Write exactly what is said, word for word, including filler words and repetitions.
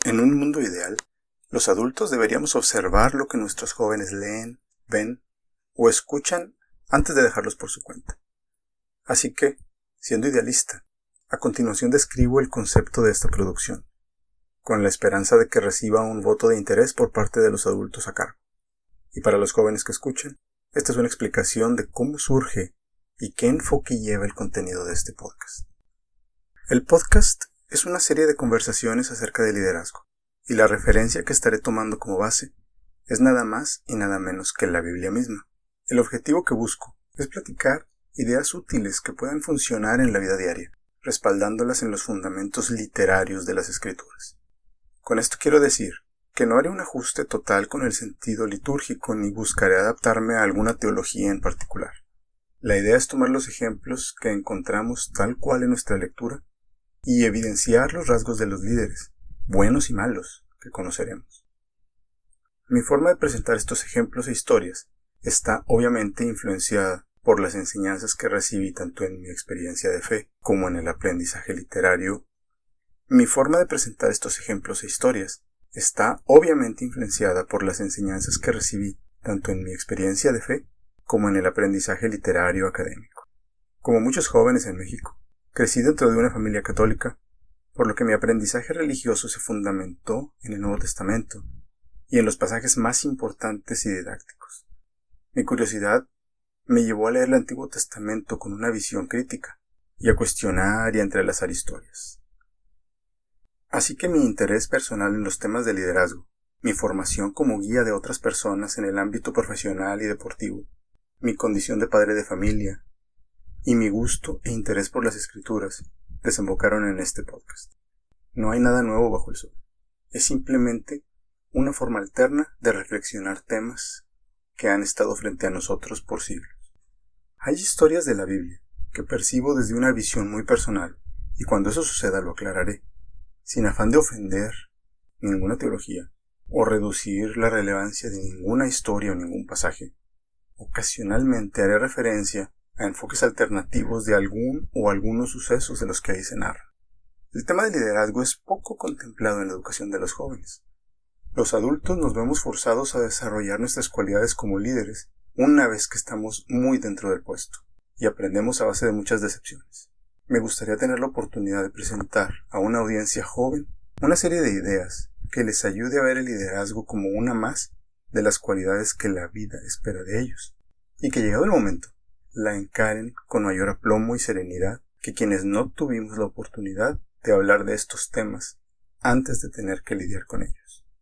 En un mundo ideal, los adultos deberíamos observar lo que nuestros jóvenes leen, ven o escuchan antes de dejarlos por su cuenta. Así que, siendo idealista, a continuación describo el concepto de esta producción, con la esperanza de que reciba un voto de interés por parte de los adultos a cargo. Y para los jóvenes que escuchen, esta es una explicación de cómo surge y qué enfoque lleva el contenido de este podcast. El podcast es una serie de conversaciones acerca de liderazgo, y la referencia que estaré tomando como base es nada más y nada menos que la Biblia misma. El objetivo que busco es platicar ideas útiles que puedan funcionar en la vida diaria, respaldándolas en los fundamentos literarios de las Escrituras. Con esto quiero decir que no haré un ajuste total con el sentido litúrgico ni buscaré adaptarme a alguna teología en particular. La idea es tomar los ejemplos que encontramos tal cual en nuestra lectura y evidenciar los rasgos de los líderes, buenos y malos, que conoceremos. Mi forma de presentar estos ejemplos e historias está obviamente influenciada por las enseñanzas que recibí tanto en mi experiencia de fe como en el aprendizaje literario. Mi forma de presentar estos ejemplos e historias está obviamente influenciada por las enseñanzas que recibí tanto en mi experiencia de fe como en el aprendizaje literario académico. Como muchos jóvenes en México, crecí dentro de una familia católica, por lo que mi aprendizaje religioso se fundamentó en el Nuevo Testamento y en los pasajes más importantes y didácticos. Mi curiosidad me llevó a leer el Antiguo Testamento con una visión crítica y a cuestionar y a entrelazar historias. Así que mi interés personal en los temas de liderazgo, mi formación como guía de otras personas en el ámbito profesional y deportivo, mi condición de padre de familia y mi gusto e interés por las Escrituras desembocaron en este podcast. No hay nada nuevo bajo el sol. Es simplemente una forma alterna de reflexionar temas que han estado frente a nosotros por siglos. Hay historias de la Biblia que percibo desde una visión muy personal, y cuando eso suceda lo aclararé, sin afán de ofender ninguna teología o reducir la relevancia de ninguna historia o ningún pasaje. Ocasionalmente haré referencia a enfoques alternativos de algún o algunos sucesos de los que ahí se narran. El tema del liderazgo es poco contemplado en la educación de los jóvenes. Los adultos nos vemos forzados a desarrollar nuestras cualidades como líderes una vez que estamos muy dentro del puesto, y aprendemos a base de muchas decepciones. Me gustaría tener la oportunidad de presentar a una audiencia joven una serie de ideas que les ayude a ver el liderazgo como una más de las cualidades que la vida espera de ellos, y que llegado el momento, la encaren con mayor aplomo y serenidad que quienes no tuvimos la oportunidad de hablar de estos temas antes de tener que lidiar con ellos.